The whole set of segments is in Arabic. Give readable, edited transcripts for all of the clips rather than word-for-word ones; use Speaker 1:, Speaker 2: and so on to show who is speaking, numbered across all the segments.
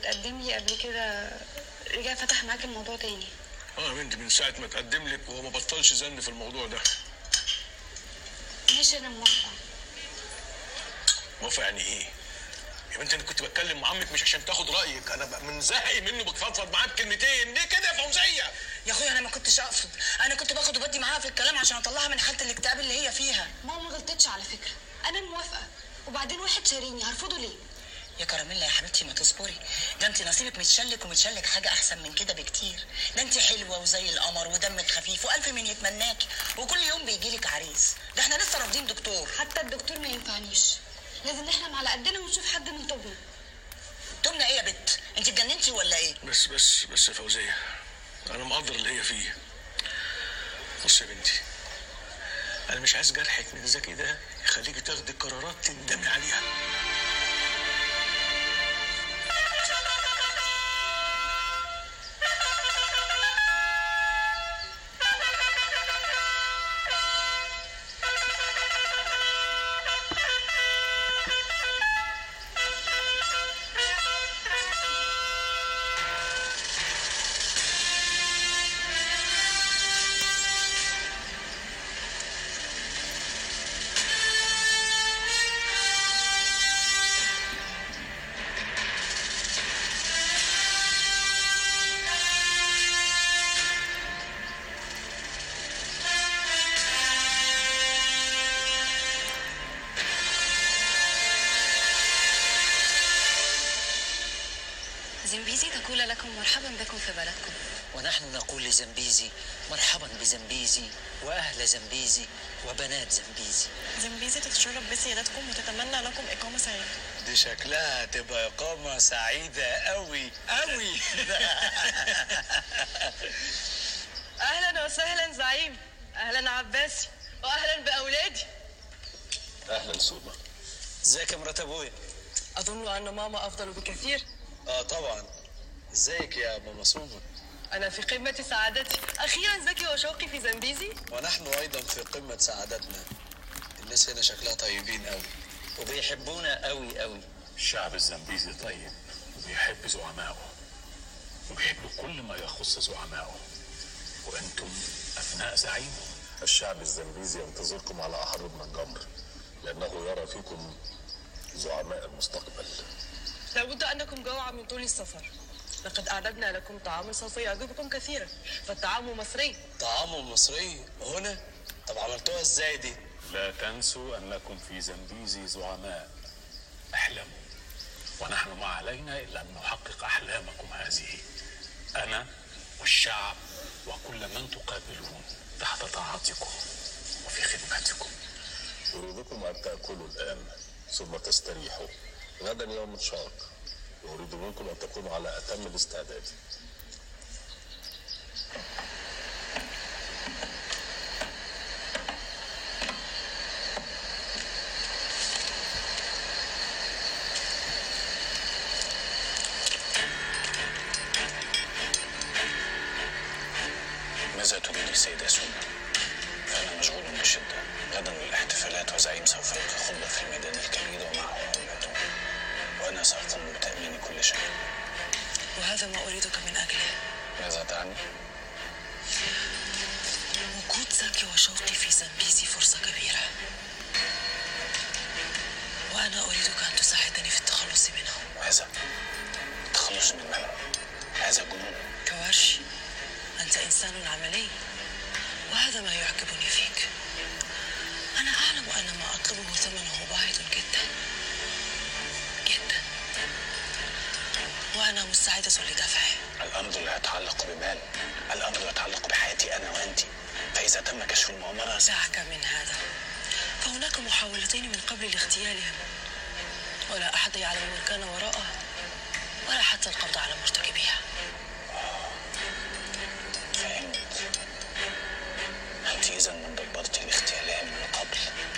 Speaker 1: اتقدم لي قبل كده رجع فتح معاك الموضوع تاني؟
Speaker 2: يا بنتي من ساعه ما اتقدم لك وهو ما بطلش زن في الموضوع ده.
Speaker 1: ماشي انا موافقه.
Speaker 2: موافقه يعني ايه؟ يا بنتي انا كنت بتكلم مع عمك مش عشان تاخد رايك، انا من زهقي منه بتفضفض معاه بكلمتين، ليه كده يا فوزيه؟
Speaker 3: يا اخويا انا ما كنتش اقصد، انا كنت باخد وبدي معاها في الكلام عشان اطلعها من حاله الاكتئاب اللي هي فيها.
Speaker 1: ماما ما غلطتش على فكره، انا موافقه. وبعدين واحد شاريني هرفضه ليه؟
Speaker 3: يا كراميلا يا حبيبتي ما تصبري، ده انت نصيبك متشلك ومتشلك حاجه احسن من كده بكتير. ده انت حلوه وزي القمر ودمك خفيف والف من يتمناكي، وكل يوم بيجيلك عريس. ده احنا لسه رافضين دكتور.
Speaker 1: حتى الدكتور ما ينفعنيش، لازم نحلم على قدنا ونشوف حد من طبنا.
Speaker 3: تمنى ايه يا بت؟ انت اتجننتي ولا ايه؟
Speaker 2: بس يا فوزيه، انا مقدر اللي هي فيه. بص يا بنتي، انا مش عايز جرحك من ذكي ده يخليكي تاخدي قرارات تندمي عليها.
Speaker 1: زنبيزي تقول لكم مرحبا بكم في بلدكم.
Speaker 3: ونحن نقول لزنبيزي مرحبا بزنبيزي واهل زنبيزي وبنات زنبيزي.
Speaker 4: زنبيزي تتشرف بسيادتكم وتتمنى لكم اقامه سعيده.
Speaker 5: دي شكلها تبقى اقامه سعيده قوي قوي.
Speaker 4: اهلا وسهلا زعيم، اهلا عباسي، واهلا باولادي.
Speaker 2: اهلا سوما.
Speaker 5: ازيك يا مرات ابويا؟
Speaker 4: اظن ان ماما افضل بكثير.
Speaker 5: طبعا. ازيك يا ماما سوما؟
Speaker 4: انا في قمه سعادتي، اخيرا زكي وشوقي في زنبيزي.
Speaker 5: ونحن ايضا في قمه سعادتنا. الناس هنا شكلها طيبين قوي وبيحبونا قوي قوي.
Speaker 6: الشعب الزنبيزي طيب وبيحب زعمائه وبيحب كل ما يخص زعمائه، وانتم ابناء زعيمه.
Speaker 7: الشعب الزنبيزي ينتظركم على احرب من جمر، لانه يرى فيكم زعماء المستقبل.
Speaker 4: لابد انكم جوعى من طول السفر، لقد اعددنا لكم طعاما سوف يعجبكم كثيرا، فالطعام مصري.
Speaker 5: طعام مصري هنا؟ طب عملتوها ازاي دي؟
Speaker 6: لا تنسوا انكم في زنبيزي زعماء. احلموا ونحن ما علينا الا ان نحقق احلامكم هذه. انا والشعب وكل من تقابلون تحت طاعتكم وفي خدمتكم.
Speaker 7: أريدكم أن تأكلوا الآن ثم تستريحوا، غدا يوم شاق، وأريد منكم أن تكونوا على أتم الاستعداد.
Speaker 2: ماذا تريد سيدة سوما؟ فأنا مشغول بشدة. غدا الاحتفالات وزعيم سوف يلقي خطبة في الميدان الكبير ومعه عمته، وأنا سأقوم بتأمين كل شيء.
Speaker 3: وهذا ما اريدك من اجله.
Speaker 2: ماذا تعني؟
Speaker 3: وجود زكي وشوقي في زنبيزي فرصه كبيره، وانا اريدك ان تساعدني في التخلص منهم.
Speaker 2: ماذا؟ التخلص من من؟ هذا جنون.
Speaker 3: كوارشي، انت انسان عملي، وهذا ما يعجبني فيك. أنا أعلم أن ما أطلبه ثمنه باهظ جدا جدا، وأنا مستعدة لدفعه.
Speaker 2: الأمر لا يتعلق بمال، الأمر يتعلق بحياتي أنا وأنت، فإذا تم كشف المؤامرة
Speaker 3: دعك من هذا، فهناك محاولتين من قبل لاغتيالهم، ولا أحد يعلم من كان وراءها ولا حتى القبض على مرتكبيها.
Speaker 2: فهمت. أنت إذا من دبرت لاغتيالهم من قبل.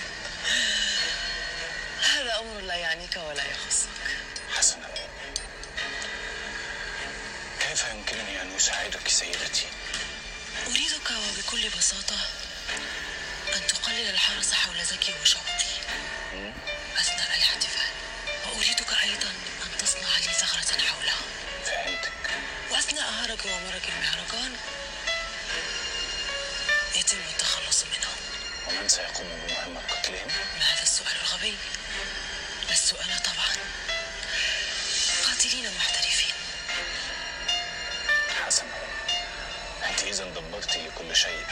Speaker 3: هذا أمر لا يعنيك ولا يخصك.
Speaker 2: حسنا، كيف يمكنني أن أساعدك سيدتي؟
Speaker 3: أريدك وبكل بساطة أن تقلل الحرس حول زكي وشوقي أثناء الاحتفال، وأريدك أيضا أن تصنع لي ثغرة حولها.
Speaker 2: فهمتك.
Speaker 3: وأثناء هرج ومرج المهرجان يتم التخلص منهم.
Speaker 2: ومن سيقوم بمهمة قتلهم؟
Speaker 3: ما هذا السؤال الغبي؟ لست أنا طبعا، قاتلين محترفين.
Speaker 2: حسنا، أنت إذا دبرت لكل شيء،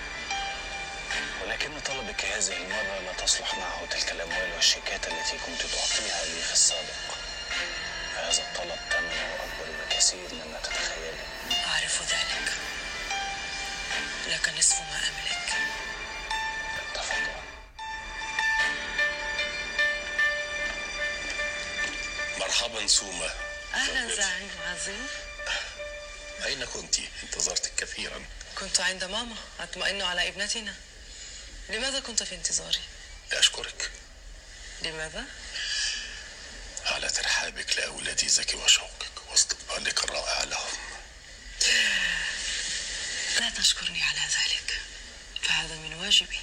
Speaker 2: ولكن طلبك هذه المرة لا تصلح معه تلك الأموال والشيكات التي كنت تعطيها لي في السابق. فهذا الطلب ثمنه أكبر بكثير مما تتخيله.
Speaker 3: أعرف ذلك، لك نصف ما أملك.
Speaker 2: اتفقنا.
Speaker 7: مرحبا سومة.
Speaker 3: أهلا زعيم عظيم.
Speaker 7: أين كنت؟ انتظرتك كثيرا.
Speaker 3: كنت عند ماما أطمئن على ابنتنا. لماذا كنت في انتظاري؟
Speaker 7: لأشكرك.
Speaker 3: لماذا؟
Speaker 7: على ترحابك لأولادي زكي وشوقك واستقبالك الرائع لهم.
Speaker 3: لا تشكرني على ذلك، فهذا من واجبي.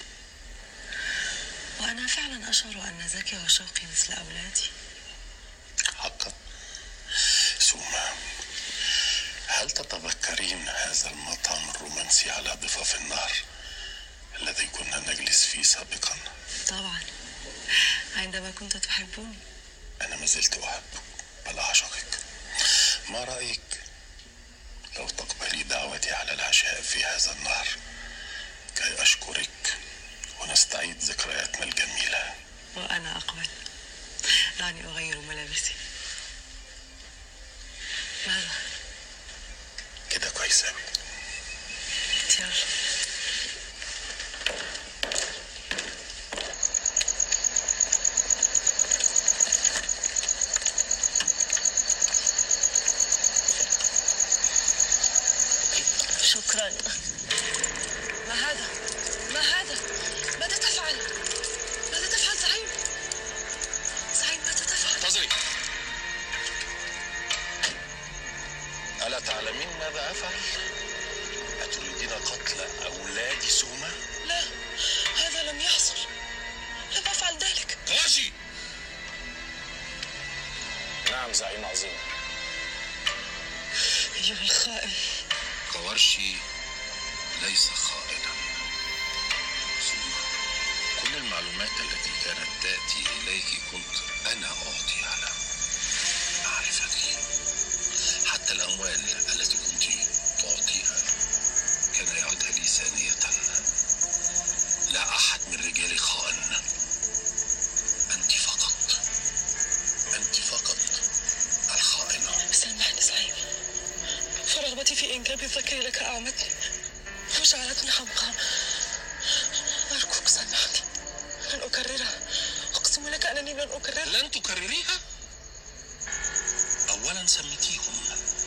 Speaker 3: وأنا فعلا أشعر أن زكي وشوقي مثل أولادي.
Speaker 7: حقا. سومة، هل تتذكرين هذا المطعم الرومانسي على ضفاف النهر الذي كنا نجلس فيه سابقا؟
Speaker 3: طبعا، عندما كنت تحبون.
Speaker 7: أنا ما زلت أحب، بل أعشقك. ما رأيك لو تقبلي دعوتي على العشاء في هذا النهر كي أشكرك ونستعيد ذكرياتنا الجميلة؟
Speaker 3: وأنا أقبل. دعني أغير ملابسي. ماذا؟
Speaker 7: كده كويس أوي.
Speaker 3: يلا. شكرا. ما هذا؟ ما هذا؟ ماذا تفعل؟ ماذا تفعل زعيم؟ زعيم ماذا تفعل؟
Speaker 7: انتظري. ألا تعلمين ماذا أفعل؟ أتريدين قتل أولاد سومة؟
Speaker 3: لا، هذا لم يحصل. لم أفعل ذلك.
Speaker 7: غاشي.
Speaker 2: نعم زعيم عظيم.
Speaker 3: أيها الخائن.
Speaker 7: كورشي ليس خائنا. سومة، كل المعلومات التي كانت تأتي إليك كنت أنا أعطيها له. معرفتي، حتى الأموال التي كنت تعطيها كان يعودها لي ثانية. لا أحد من رجالي خائن. أنت فقط، أنت فقط الخائنة.
Speaker 3: سامحني زعيم، فرغبتي في إنجاب الذكر لك أعمتني وجعلتني حمقى. أرجوك سامحني، لن أكررها. أقسم لك أنني لن أكررها.
Speaker 7: لن تكرريها؟ أولا سميتيهم،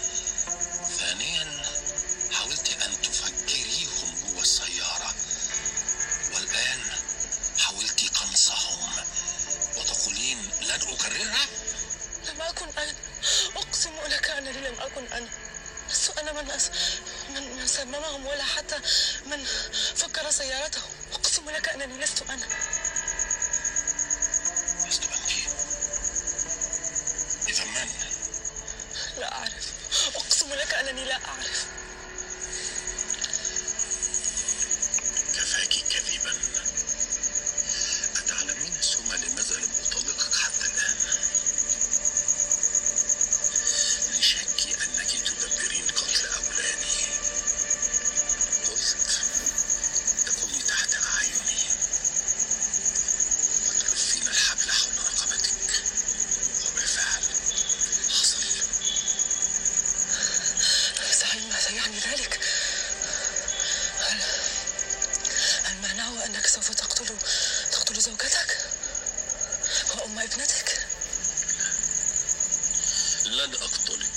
Speaker 7: ثانيا حاولت أن تفكريهم جوا السيارة، والآن حاولت قنصهم وتقولين لن أكررها؟
Speaker 3: لم أكن أنا. أقسم لك أنني لم أكن أنا. لست أنا من سممهم ولا حتى من فكر سيارتهم. أقسم لك أنني لست أنا.
Speaker 7: لست أنت؟ إذا من؟
Speaker 3: لا أعرف. أقسم لك أنني لا أعرف.
Speaker 7: كفاك كذبا. أتعلمين سومة لماذا لم أطلقك حتى الآن؟ لشكي أنك تدبرين قتل أولادي. قلت تكوني تحت أعيني وتلفين الحبل حول رقبتك، وبالفعل حصل.
Speaker 3: زعيم ماذا يعني ذلك؟ هل معناه أنك سوف تقتل زوجتك وأم ابنتك؟
Speaker 7: لن أقتلك،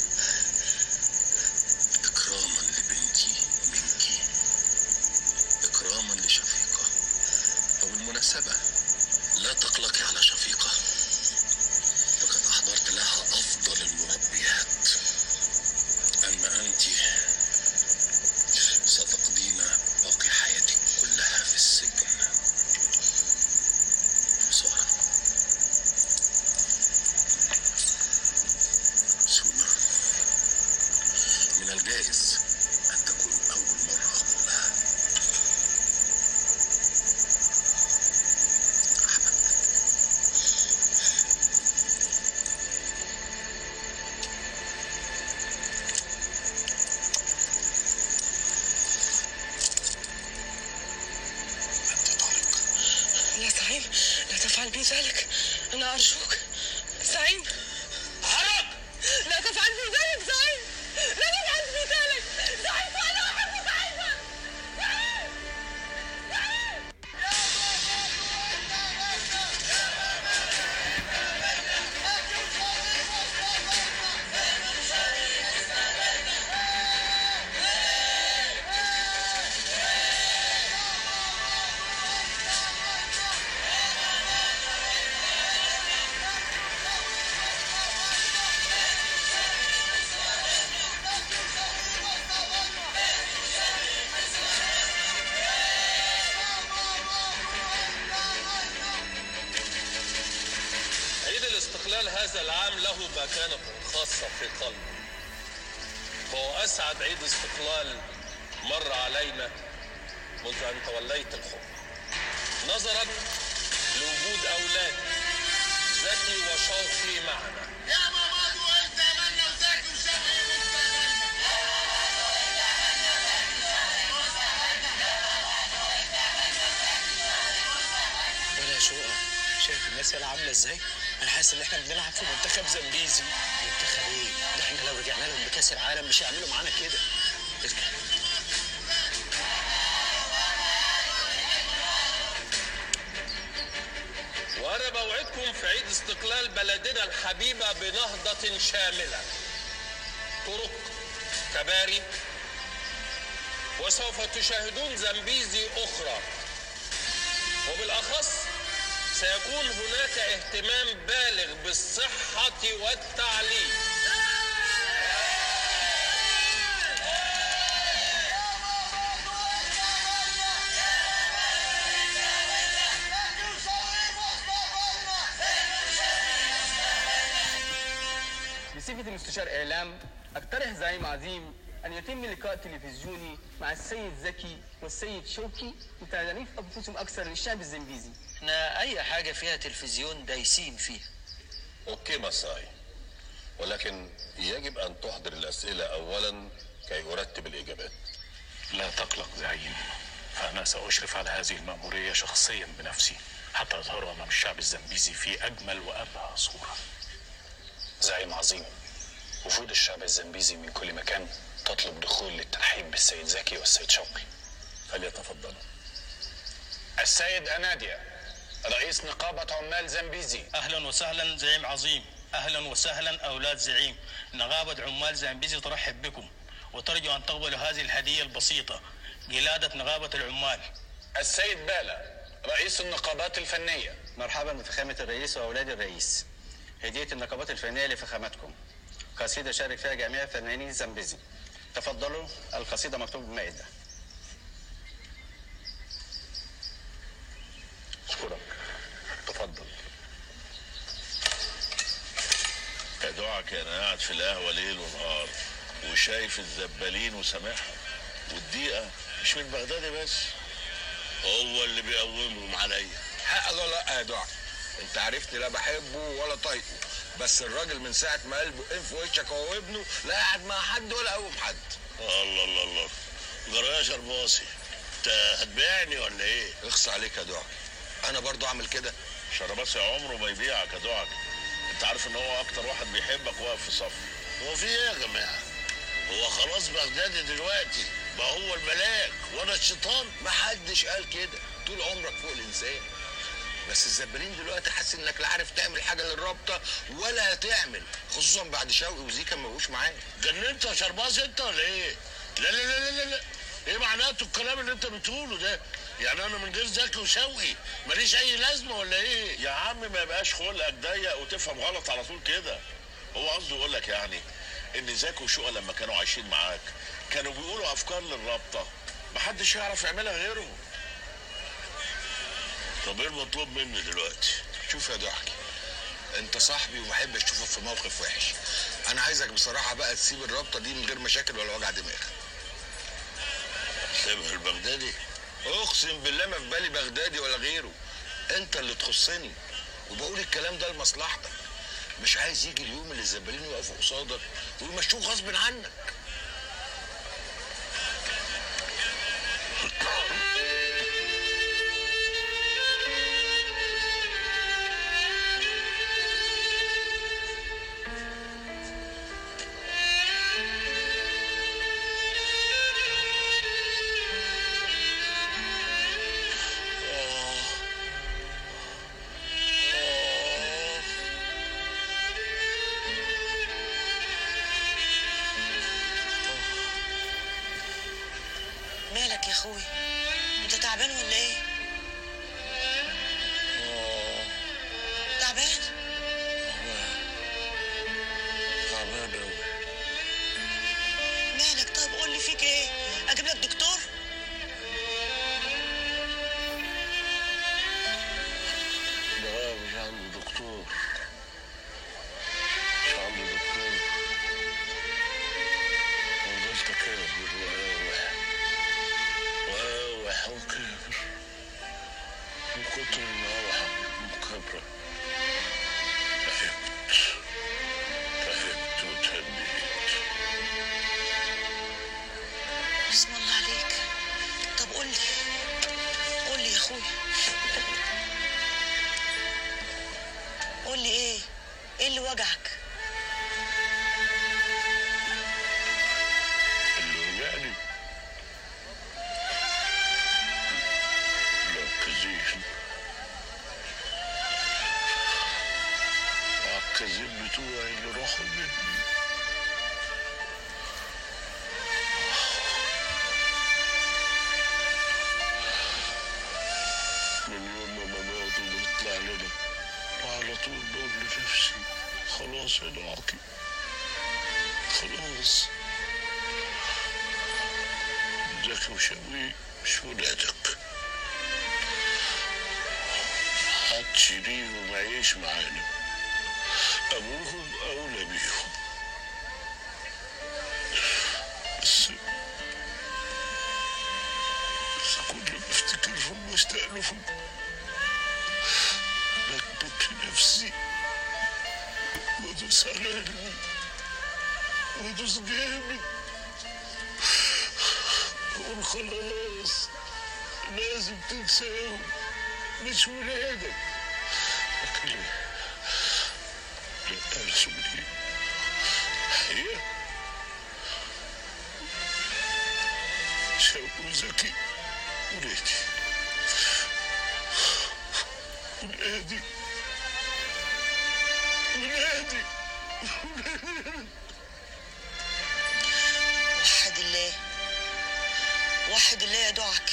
Speaker 7: إكراما لبنتي منك، إكراما لشفيقة. وبالمناسبة لا تقلقي على شفيقة، فقد أحضرت لها أفضل المربيات. أما أنت ستقضين باقي حياتك كلها في السجن. سارة، من الجائز أن تكون أول مرة أقولها.
Speaker 4: يا زعيم لا تفعل بي ذلك، أنا أرجوك زعيم.
Speaker 5: حرك!
Speaker 4: لا تفعل بي ذلك زعيم، لا تفعل بي ذلك زعيم، فأنا أحبك أيضا زعيم.
Speaker 5: عيد الاستقلال هذا العام له مكانة خاصة في قلبي، فهو أسعد عيد استقلال مر علينا منذ أن توليت الحكم، نظرا لوجود أولادي زكي وشوقي معنا.
Speaker 8: يا ماماد وانت منا وزكي وشوقي
Speaker 5: ولا شقة، شايف الناس اللي عاملة ازاي؟ أنا حاسس إن إحنا بنلعب في منتخب زمبيزي. منتخب إيه؟ ده إحنا لو رجعنا لهم بكأس العالم مش هيعملوا معانا كده. ارجع. وأنا بوعدكم في عيد استقلال بلدنا الحبيبة بنهضة شاملة، طرق، كباري، وسوف تشاهدون زمبيزي أخرى، وبالأخص سيكون هناك اهتمام بالغ بالصحة والتعليم.
Speaker 9: بصفتي مستشار إعلام أقترح زعيم عظيم أن يتم لقاء تلفزيوني مع السيد زكي والسيد شوقي لتعريف أنفسهم أكثر للشعب الزمبيزي.
Speaker 5: احنا أي حاجة فيها تلفزيون دايسين فيها.
Speaker 7: أوكي مساي، ولكن يجب أن تحضر الأسئلة أولا كي أرتب الإجابات.
Speaker 6: لا تقلق زعيم، فأنا سأشرف على هذه المأمورية شخصيا بنفسي حتى أظهر أمام الشعب الزمبيزي في أجمل وأبهى صورة.
Speaker 2: زعيم عظيم، وفود الشعب الزمبيزي من كل مكان تطلب دخول للترحيب بالسيد زكي والسيد شوقي.
Speaker 7: فليتفضلوا.
Speaker 2: السيد أناديا رئيس نقابة عمال زمبيزي.
Speaker 10: أهلا وسهلا زعيم عظيم، أهلا وسهلا أولاد زعيم. نقابة عمال زمبيزي ترحب بكم وترجو أن تقبلوا هذه الهدية البسيطة، قلادة نقابة العمال.
Speaker 2: السيد بالا رئيس النقابات الفنية.
Speaker 9: مرحبا بفخامة الرئيس وأولاد الرئيس. هدية النقابات الفنية لفخامتكم، قصيدة شارك فيها جميع فنانين زمبيزي. تفضلوا، القصيدة مكتوب بالمائدة.
Speaker 7: أشكرك، تفضل. يا دعك أنا قاعد في القهوة ليل ونهار وشايف الزبالين وسامعهم، والدقيقة مش من بغدادي بس، هو اللي بيقومهم عليا.
Speaker 8: حق الله لا يا دعك، انت عرفتني لا بحبه ولا طايقه، بس الراجل من ساعة ما قلبه في وشك هو وابنه لا قاعد مع حد ولا قوم حد.
Speaker 7: الله الله الله، جرى يا شرباصي، انت هتبيعني ولا ايه؟
Speaker 8: اخص عليك يا دعك، انا برضو اعمل كده؟
Speaker 7: شرباصي عمره ما يبيعك يا دعك، انت عارف ان هو اكتر واحد بيحبك واقف في صف. هو في ايه يا جماعه؟ هو خلاص بغدادي دلوقتي بقى هو الملاك وانا الشيطان؟
Speaker 8: محدش قال كده، طول عمرك فوق الانسان، بس الزبالين دلوقتي حاسس انك لا عارف تعمل حاجه للرابطه ولا هتعمل، خصوصا بعد شوقي وزيكا ما بقوش معاك.
Speaker 7: جننت يا شرباصي انت ولا ايه؟ لا لا لا لا لا، ايه معناته الكلام اللي انت بتقوله ده؟ يعني انا من غير زكي وشوقي ماليش اي لازمه ولا ايه؟ يا عم ما يبقاش خلقك ضيق وتفهم غلط على طول كده. هو قصده يقول لك يعني ان زكي وشوقي لما كانوا عايشين معاك كانوا بيقولوا افكار للرابطه محدش يعرف يعملها غيرهم. طب ايه المطلوب مني دلوقتي؟
Speaker 8: شوف يا ضحكي، انت صاحبي وما احبش اشوفك في موقف وحش. انا عايزك بصراحه بقى تسيب الرابطه دي من غير مشاكل ولا وجع دماغ. سيبها البغدادي؟ اقسم بالله ما في بالي بغدادي ولا غيره، انت اللي تخصني، وبقول الكلام ده لمصلحتك. مش عايز يجي اليوم اللي الزبالين يقفوا قصادك ويمشوك غصب عنك.
Speaker 3: مالك يا اخوي؟ انت تعبان ولا ايه؟ تعبان؟
Speaker 8: تعبان اوي.
Speaker 3: مالك؟ طيب قول لي فيك ايه؟ اجيب لك دكتور؟
Speaker 8: لا مش عندي دكتور، مش عندي دكتور. فضلت كابر واقاوح وكابر من كتر المقاوحة مكابرة. تعبت وتهديت.
Speaker 3: بسم الله عليك. طب قول لي يا اخوي، قول لي ايه اللي وجعك؟
Speaker 8: اللي وجعني العكازين بتوعي اللي راحوا مني. من يوم ما ماتوا بيطلع لنا وعلى طول بقول لنفسي خلاص يا عاقي، خلاص زكي وشوقي مش ولادك، محدش ليهم عيش معانا، أبوهم أولى بيهم. بس كل ما افتكرهم واستأنفهم بكبت في نفسي وادوس على قلبي وادوس جامد واقول خلاص لازم تنساهم مش ولادك. لكن لا أرسم لي حياة شوقي وزكي ولادي ولادي ولادي.
Speaker 3: وحد الله يا دعك.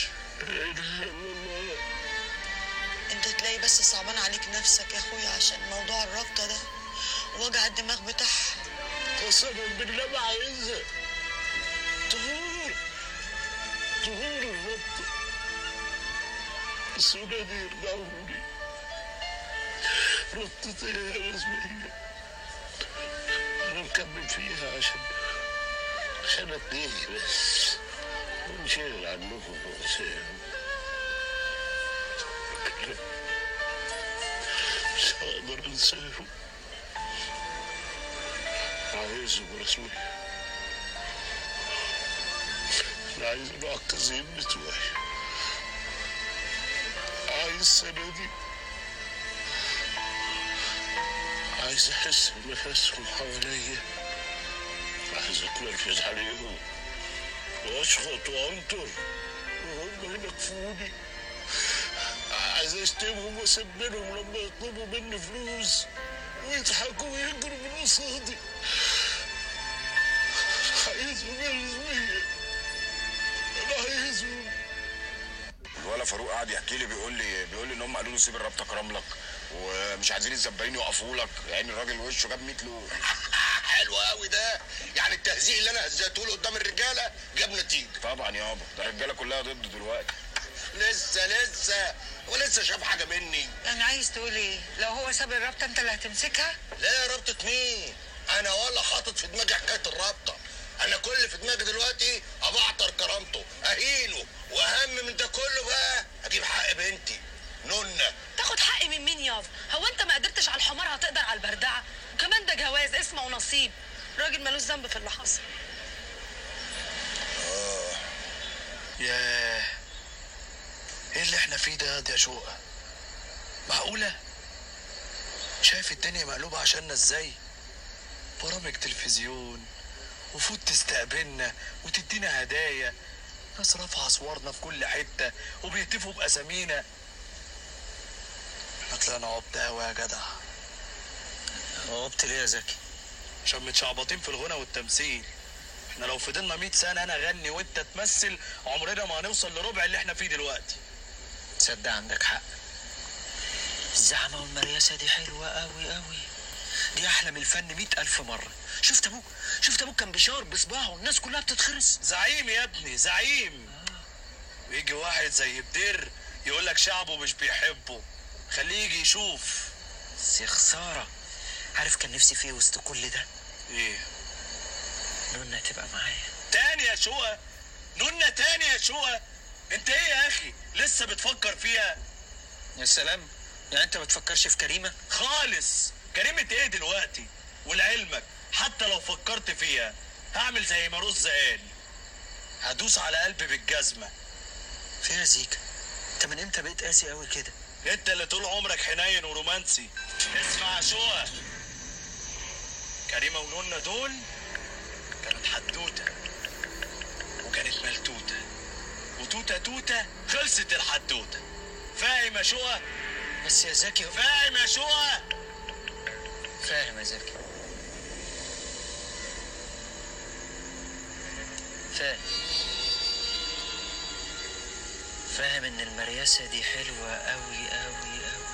Speaker 3: انت تلاقي بس صعبان عليك نفسك يا اخويا عشان موضوع الرابطه ده ووجع الدماغ بتاعها.
Speaker 8: قسما بالله ما عايزها. طهور الرابطه بس ولادي يرجعوا لي. رابطتي هي رسميه انا مكمل فيها عشان اتنيني بس ونشيل عنكم وسام. مش هقدر انساهم. عايزهم رسمية. انا عايز العكازين بتوعي. عايز السنة دي عايز احس بنفسهم حواليا. عايز اتنرفز عليهم واشخط وانطر وهم ينكفوني. عايز اشتمهم واسبلهم لما يطلبوا مني فلوس ويضحكوا ويجروا من قصادي. عايزهم يا رسمية. انا عايزهم.
Speaker 11: الولا فاروق قاعد يحكي لي بيقول لي ان هم قالوا له سيب الرابطه اكرم لك ومش عايزين الزبالين يوقفوا لك. يعني الراجل وشه جاب 100 لون.
Speaker 8: حلو قوي ده. يعني التهزيق اللي انا هزيته له قدام الرجاله جاب نتيجه.
Speaker 11: طبعا يابا ده الرجاله كلها ضده دلوقتي.
Speaker 8: لسه ولسه شاف حاجه مني.
Speaker 3: يعني عايز تقول ايه؟ لو هو ساب الرابطه انت اللي هتمسكها؟
Speaker 8: لا، رابطه مين؟ انا ولا حاطط في دماغي حكايه الرابطه. انا كل اللي في دماغي دلوقتي ابعتر كرامته، اهينه، واهم من ده كله بقى اجيب حق بنتي نونه.
Speaker 1: تاخد حقي من مين يابا؟ هو انت ما قدرتش على الحمار هتقدر على البردعه؟ وكمان ده جواز اسمه ونصيب، راجل ملوش ذنب في اللي حصل.
Speaker 12: ياه، ايه اللي احنا فيه ده يا شوقة؟ معقولة؟ شايف الدنيا مقلوبة عشاننا ازاي؟ برامج تلفزيون وفود تستقبلنا وتدينا هدايا، ناس رافعة صورنا في كل حتة وبيهتفوا بأسامينا. احنا طلعنا عبط قوي يا جدع.
Speaker 3: عبط ليه يا زكي؟
Speaker 12: عشان متشعبطين في الغنى والتمثيل. احنا لو فضلنا 100 سنة انا اغني وانت تمثل عمرنا ما هنوصل لربع اللي احنا فيه دلوقتي.
Speaker 3: تصدق عندك حق. الزعمة والمرياسة دي حلوة قوي قوي، دي احلى من الفن 100,000 مرة. شفت ابوك كان بيشاور بصباعه والناس كلها بتتخرس.
Speaker 12: زعيم يا ابني، زعيم. ويجي واحد زي بدير يقول لك شعبه مش بيحبه، خليه يجي يشوف.
Speaker 3: بس يا خسارة، عارف كان نفسي في ايه وسط كل ده؟
Speaker 12: ايه؟
Speaker 3: نونة تبقى معايا
Speaker 12: تاني يا شوقة؟ نونة تاني يا شوقة؟ انت ايه يا اخي لسه بتفكر فيها؟
Speaker 3: يا سلام، يعني انت ما بتفكرش في كريمة؟
Speaker 12: خالص. كريمة ايه دلوقتي؟ ولعلمك حتى لو فكرت فيها هعمل زي ما رز قال، هدوس على قلبي بالجزمة.
Speaker 3: فيها زيكا، انت من امتى بقيت قاسي قوي كده؟
Speaker 12: انت اللي طول عمرك حنين ورومانسي. اسمع يا شوقة، كريمة ونونة دول كانت حدوتة وكانت ملتوتة وتوتة خلصت الحدوتة. فاهم يا شوقة؟
Speaker 3: بس يا زكي
Speaker 12: فاهم يا شوقة؟
Speaker 3: فاهم يا زكي، فاهم ان المرياسة دي حلوة قوي قوي قوي.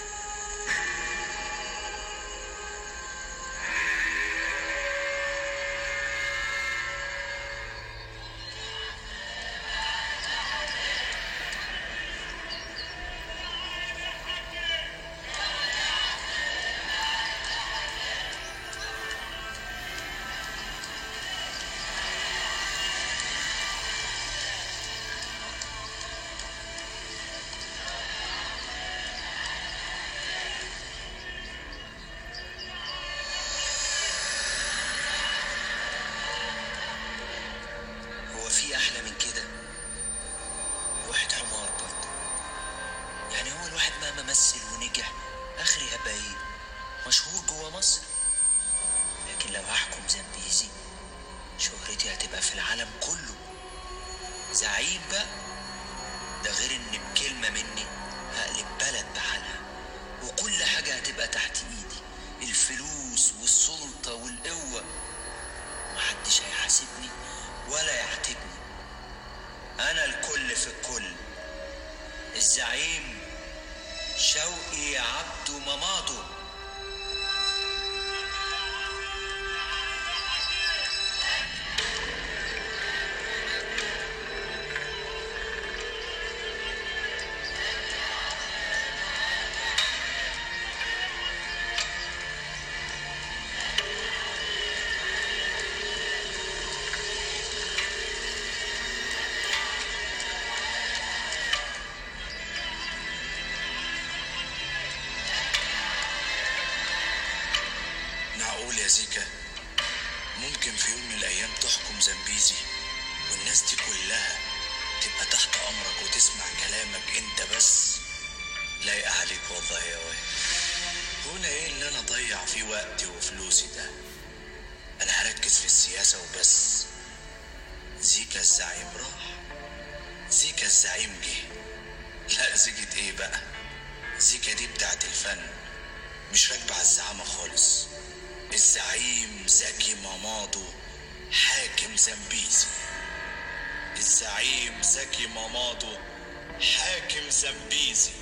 Speaker 3: في احلى من كده؟ الواحد حمار برضه، يعني هو الواحد مهما مثل ونجح اخري هبقى ايه؟ مشهور جوه مصر. لكن لو هحكم زنبيزي شهرتي هتبقى في العالم كله، زعيم بقى. ده غير ان بكلمة مني هقلب بلد بحالها، وكل حاجة هتبقى تحت ايدي، الفلوس والسلطة والقوة. محدش هيحاسبني ولا يعاتبني، انا الكل في الكل. الزعيم شوقي عبده مماضو.
Speaker 12: يا زيكا ممكن في يوم من الايام تحكم زنبيزي والناس دي كلها تبقى تحت امرك وتسمع كلامك انت بس؟ لايقة عليك والله يا واد. هنا ايه اللي انا اضيع فيه وقتي وفلوسي ده؟ انا هركز في السياسة وبس. زيكا الزعيم راح، زيكا الزعيم جه. لا زيكة ايه بقى؟ زيكا دي بتاعت الفن، مش راكبة على الزعامة خالص. الزعيم زكي مماضو حاكم زنبيزي. الزعيم زكي مماضو حاكم زنبيزي.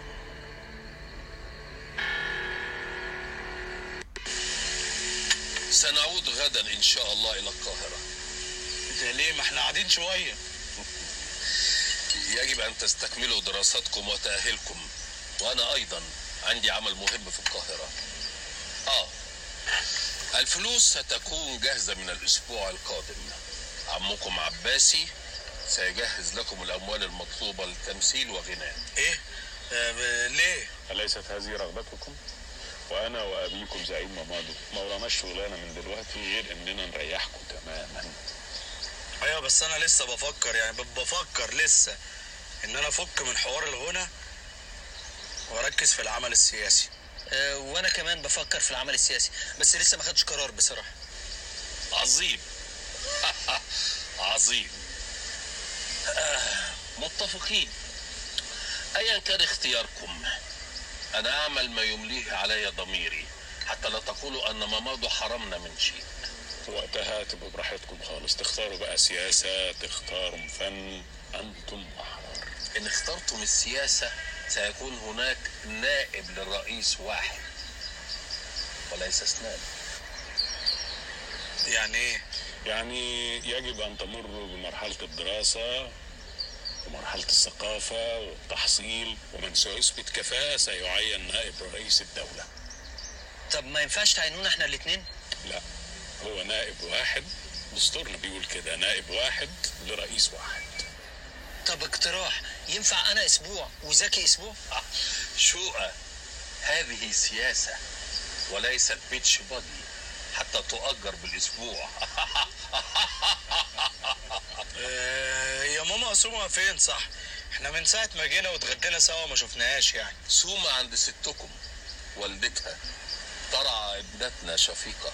Speaker 5: سنعود غدا ان شاء الله الى القاهرة.
Speaker 12: ده ليه؟ ما احنا قاعدين شوية.
Speaker 5: يجب أن تستكملوا دراساتكم وتأهيلكم، وأنا أيضا عندي عمل مهم في القاهرة. الفلوس ستكون جاهزة من الأسبوع القادم. عمكم عباسي سيجهز لكم الأموال المطلوبة للتمثيل وغناء.
Speaker 12: ايه؟ ليه؟
Speaker 6: أليست هذه رغبتكم؟ وأنا وأبيكم زعيم مامادو ما وراناش شغلانة من دلوقتي غير إننا نريحكم تماما.
Speaker 12: ايوه بس انا لسه بفكر، يعني بفكر لسه ان انا افك من حوار الغنى واركز في العمل السياسي.
Speaker 9: وانا كمان بفكر في العمل السياسي، بس لسه ما خدتش قرار بصراحه.
Speaker 5: عظيم. عظيم. متفقين. ايا كان اختياركم انا اعمل ما يمليه علي ضميري حتى لا تقولوا ان مامادو حرمنا من شيء.
Speaker 6: وقتها تبقوا براحتكم خالص، تختاروا بقى سياسة، تختاروا فن، أنتم أحرار.
Speaker 5: إن اخترتم السياسة سيكون هناك نائب للرئيس واحد وليس اثنان.
Speaker 12: يعني إيه؟
Speaker 6: يعني يجب أن تمروا بمرحلة الدراسة ومرحلة الثقافة والتحصيل، ومن سيثبت كفاءة سيعين نائب رئيس الدولة.
Speaker 9: طب ما ينفعش تعينونا احنا الاثنين؟
Speaker 6: لا، هو نائب واحد، دستورنا بيقول كده، نائب واحد لرئيس واحد.
Speaker 9: طب اقتراح، ينفع انا اسبوع وزكي اسبوع؟
Speaker 5: شوقة، هذه سياسة وليست بيتش بادي حتى تؤجر بالاسبوع.
Speaker 12: يا ماما سوما فين؟ صح، احنا من ساعة ما جينا واتغدينا سوا ما شفناهاش يعني.
Speaker 5: سوما عند ستكم والدتها ترعى ابنتنا شفيقة.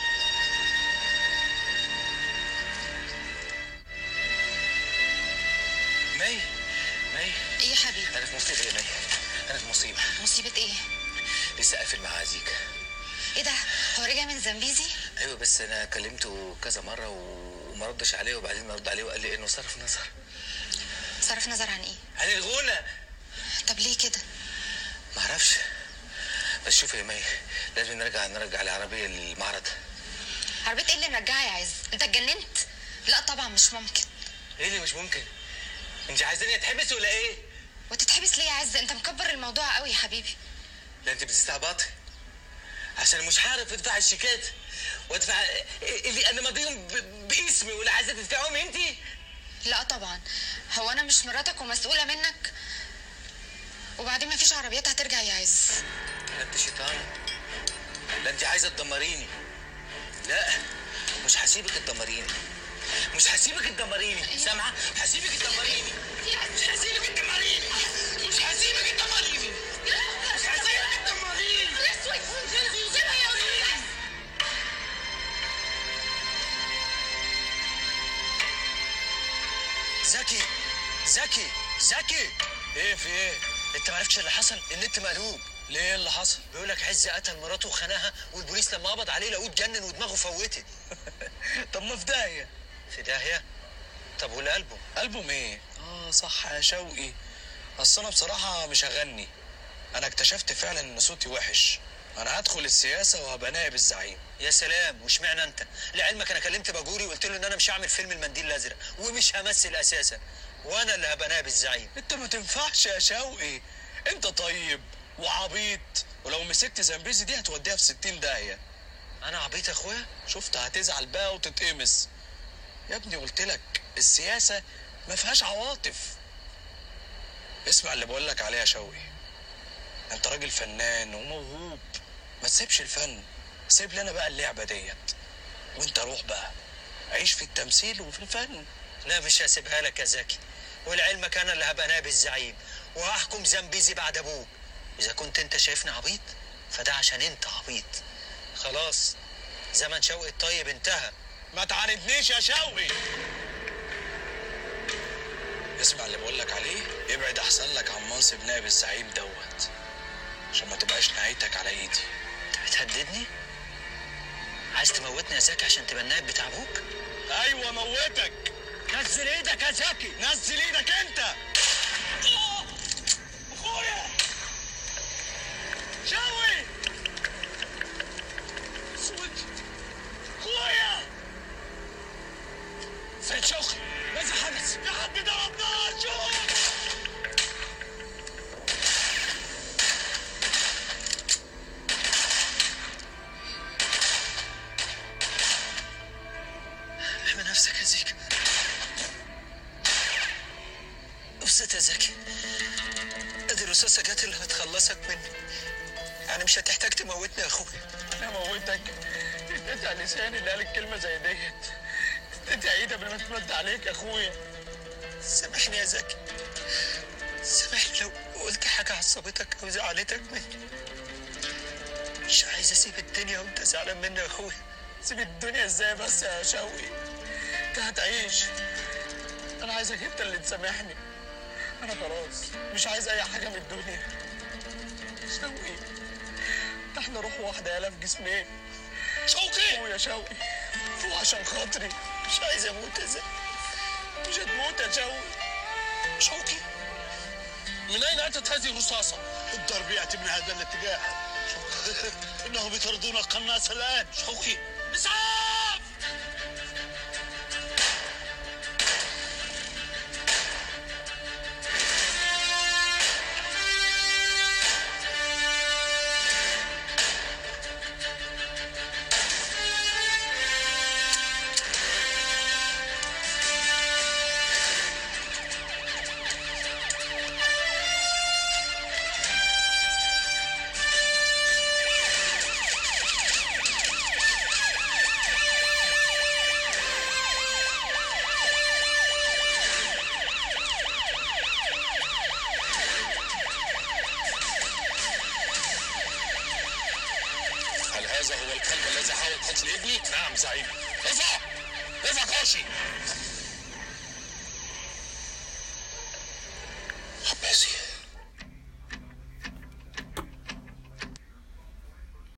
Speaker 12: مي
Speaker 13: ايه يا حبيبي؟
Speaker 12: انا في مصيبة يا مي، انا في مصيبة.
Speaker 13: مصيبة ايه؟
Speaker 12: لسه قافل مع عزيك.
Speaker 13: ايه ده؟ هو رجع من زنبيزي؟
Speaker 12: ايوه بس انا كلمته كذا مرة وما ردش عليه، وبعدين رد عليه وقال لي انه صرف نظر.
Speaker 13: صرف نظر عن ايه؟
Speaker 12: عن الغنى.
Speaker 13: طب ليه كده؟
Speaker 12: معرفش، بس شوف يا مي، لازم نرجع العربية للمعرض.
Speaker 13: عربية ايه اللي نرجعها يا عز؟ انت اتجننت؟ لا طبعا مش ممكن.
Speaker 12: ايه اللي مش ممكن؟ انت عايزاني اتحبس ولا ايه؟
Speaker 13: وتتحبس ليه يا عز؟ انت مكبر الموضوع قوي يا حبيبي.
Speaker 12: لا انت بتستعبطي عشان مش عارف ادفع الشيكات وادفع اللي انا ماضيهم باسمي، ولا عايزه تدفعهم انت؟
Speaker 13: لا طبعا، هو انا مش مراتك ومسؤوله منك؟ وبعدين مفيش عربيات هترجع يا عز.
Speaker 12: لا انت شيطانه، لا انت عايزه تدمريني. لا مش هسيبك تدمريني، مش هسيبك تدمريني، سامعه؟ هسيبك تدمريني، مش هسيبك تدمريني، مش هسيبك تدمريني، مش هسيبك تدمريني. زكي ايه في ايه؟ انت ما عرفتش اللي حصل؟ النت مقلوب. ليه اللي حصل؟ بيقول لك عز قتل مراته وخناها، والبوليس لما قبض عليه لقوه اتجنن ودماغه فوتت. طب ما في داهيه. في داهيه؟ طب والالبوم؟ البوم ايه؟ صح يا شوقي، اصل انا بصراحه مش هغني، انا اكتشفت فعلا ان صوتي وحش، انا هدخل السياسه وهبقى نائب الزعيم. يا سلام، واشمعنى انت؟ لعلمك انا كلمت باجوري وقلت له ان انا مش هعمل فيلم المنديل الازرق ومش همثل اساسا، وانا اللي هبقى نائب الزعيم. انت ما تنفعش يا شوقي، انت طيب وعبيط، ولو مسكت زنبيزي دي هتوديها في 60 داهيه. انا عبيط يا اخويا؟ شفت هتزعل بقى وتتقمص. يا ابني قلت لك السياسه ما فيهاش عواطف. اسمع اللي بقول لك عليه يا شوقي، انت راجل فنان وموهوب، ما تسيبش الفن، سيب لنا بقى اللعبه ديت، وانت روح بقى عيش في التمثيل وفي الفن. لا مش هسيبها لك يا زكي، ولعلمك انا اللي هبقى نائب الزعيم وهحكم زنبيزي بعد ابوك. اذا كنت انت شايفني عبيط فده عشان انت عبيط. خلاص زمن شوقي الطيب انتهى. ما تعاندنيش يا شوقي. اسمع اللي بقول لك عليه، ابعد احسن لك عن منصب نائب الزعيم دوت، عشان ما تبقاش نهايتك على ايدي. بتهددني؟ عايز تموتني يا زكي عشان تبقى النائب بتاع ابوك؟ ايوه موتك. نزل ايدك يا زكي، نزل ايدك انت. اخويا شوقي، اخويا سيد شوقي، ماذا حدث؟ في حد ضرب نار. شوف
Speaker 3: احمي نفسك يا زكي. بصيت يا زكي، ادي الرصاصة جت اللي هتخلصك مني. يعني مش هتحتاج تموتني يا اخويا.
Speaker 9: انا موتك؟ تتقطع لساني اللي قال الكلمه زي ديت. تتقطع ايدي قبل ما تمد عليك يا اخويا.
Speaker 3: سامحني يا زكي، سامحني لو قلت حاجه عصبتك او زعلتك مني. مش عايز اسيب الدنيا وانت زعلان مني يا اخويا.
Speaker 9: سيب الدنيا ازاي بس يا شوقي؟ انت هتعيش. انا عايزك انت اللي تسامحني. انا خلاص مش عايز اي حاجه من الدنيا. شوقي، ده احنا روح واحده يالا في جسمين.
Speaker 3: شوقي
Speaker 9: فوق يا شوقي، فوق عشان خاطري.
Speaker 3: مش عايز اموت يا زكي.
Speaker 9: مش هتموت يا شوقي.
Speaker 3: شوقي،
Speaker 5: من اين اتت هذه الرصاصه؟
Speaker 6: الضرب ياتي من هذا الاتجاه. انهم يطردون القناص الان.
Speaker 5: شوقي، اسعاف!
Speaker 6: هذا هو الكلب الذي حاول قتل ابني؟
Speaker 5: نعم زعيم.
Speaker 6: ارفع كرسي.